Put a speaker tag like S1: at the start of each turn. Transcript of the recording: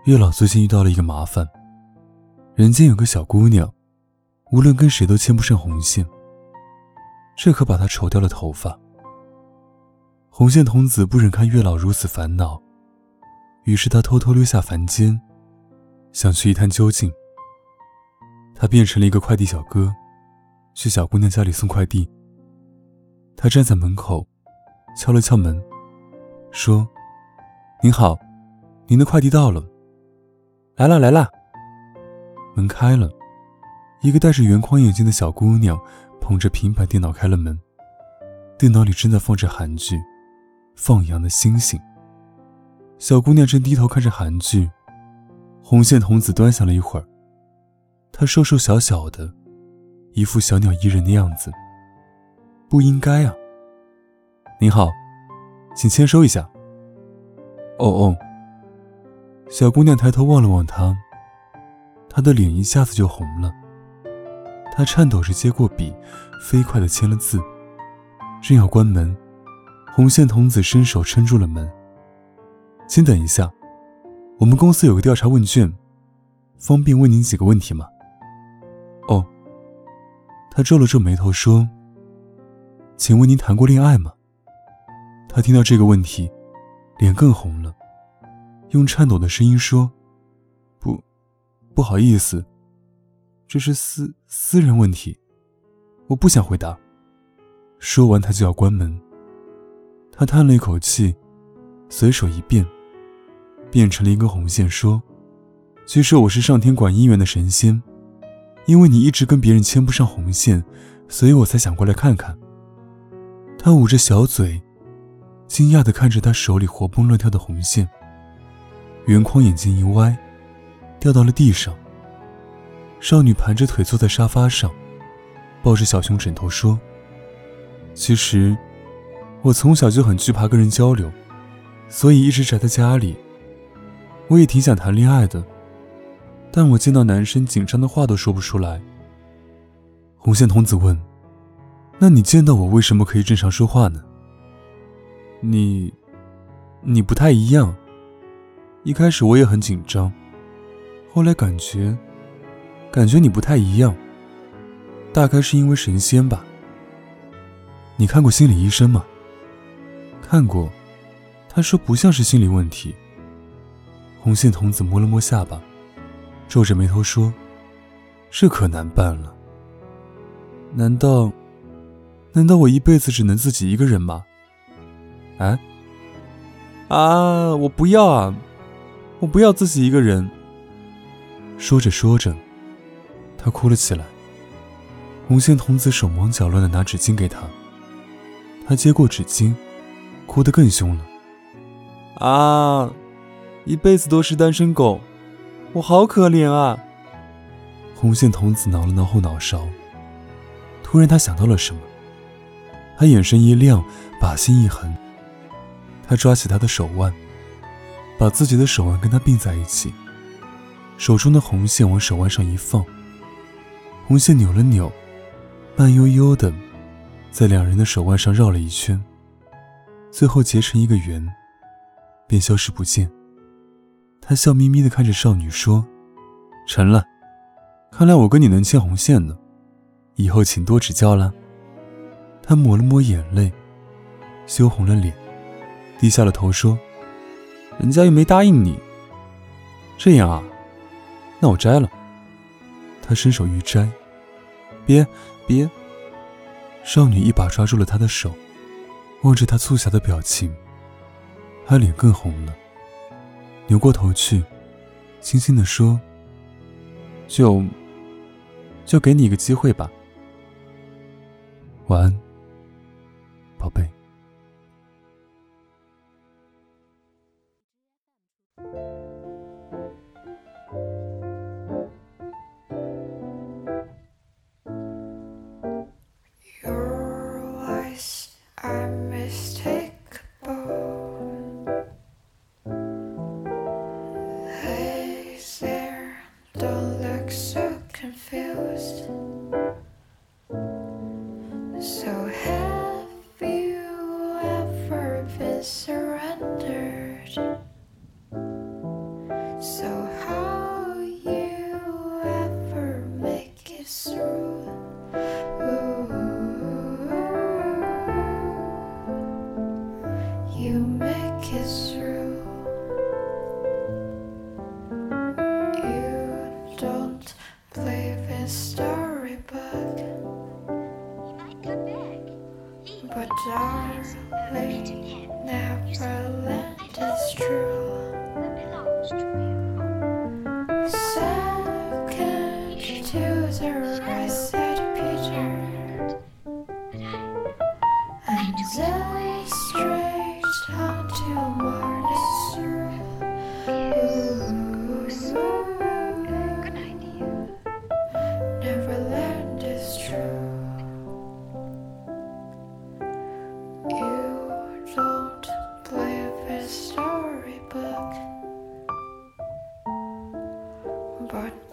S1: 月老最近遇到了一个麻烦，人间有个小姑娘，无论跟谁都牵不上红线，这可把她愁掉了头发。红线童子不忍看月老如此烦恼，于是他偷偷溜下凡间，想去一探究竟。他变成了一个快递小哥，去小姑娘家里送快递。他站在门口，敲了敲门，说：“您好，您的快递到了。”“来了来了。”门开了，一个戴着圆框眼镜的小姑娘捧着平板电脑开了门，电脑里正在放着韩剧《放羊的星星》。小姑娘正低头看着韩剧，红线童子端详了一会儿，他瘦瘦小小的，一副小鸟依人的样子。不应该啊。您好，请签收一下。哦。小姑娘抬头望了望他，她的脸一下子就红了。她颤抖着接过笔，飞快地签了字，正要关门，红线童子伸手撑住了门。请等一下，我们公司有个调查问卷，方便问您几个问题吗？哦。他皱了皱眉头说：“请问您谈过恋爱吗？”他听到这个问题，脸更红了，用颤抖的声音说：“不好意思，这是私人问题，我不想回答。”说完他就要关门。他叹了一口气，随手一变成了一根红线，说：“据说我是上天管姻缘的神仙，因为你一直跟别人牵不上红线，所以我才想过来看看。”他捂着小嘴，惊讶地看着他手里活蹦乱跳的红线，圆框眼睛一歪，掉到了地上。少女盘着腿坐在沙发上，抱着小熊枕头说：“其实我从小就很惧怕跟人交流，所以一直宅在家里。我也挺想谈恋爱的，但我见到男生紧张的话都说不出来。”红线童子问：“那你见到我为什么可以正常说话呢？”你不太一样。一开始我也很紧张，后来感觉你不太一样，大概是因为神仙吧。你看过心理医生吗？看过，他说不像是心理问题。红线童子摸了摸下巴，皱着眉头说：“这可难办了。难道我一辈子只能自己一个人吗？”我不要啊，我不要自己一个人。说着说着，他哭了起来。红线童子手忙脚乱地拿纸巾给他，他接过纸巾，哭得更凶了。一辈子都是单身狗，我好可怜啊。红线童子挠了挠后脑勺，突然他想到了什么，他眼神一亮，把心一横。他抓起他的手腕，把自己的手腕跟他并在一起，手中的红线往手腕上一放，红线扭了扭，慢悠悠地在两人的手腕上绕了一圈，最后结成一个圆，便消失不见。他笑眯眯地看着少女说：“成了，看来我跟你能牵红线呢，以后请多指教啦。”他抹了抹眼泪，羞红了脸，低下了头说：“人家又没答应你。”“这样啊，那我摘了。”他伸手欲摘。“别！”少女一把抓住了他的手，望着他促狭的表情，他脸更红了，扭过头去，轻轻地说：“就给你一个机会吧。晚安，宝贝。”
S2: So have you true. Second to the right said Peter, and then straight on toward Neverland is true. You don't believe his storybook, but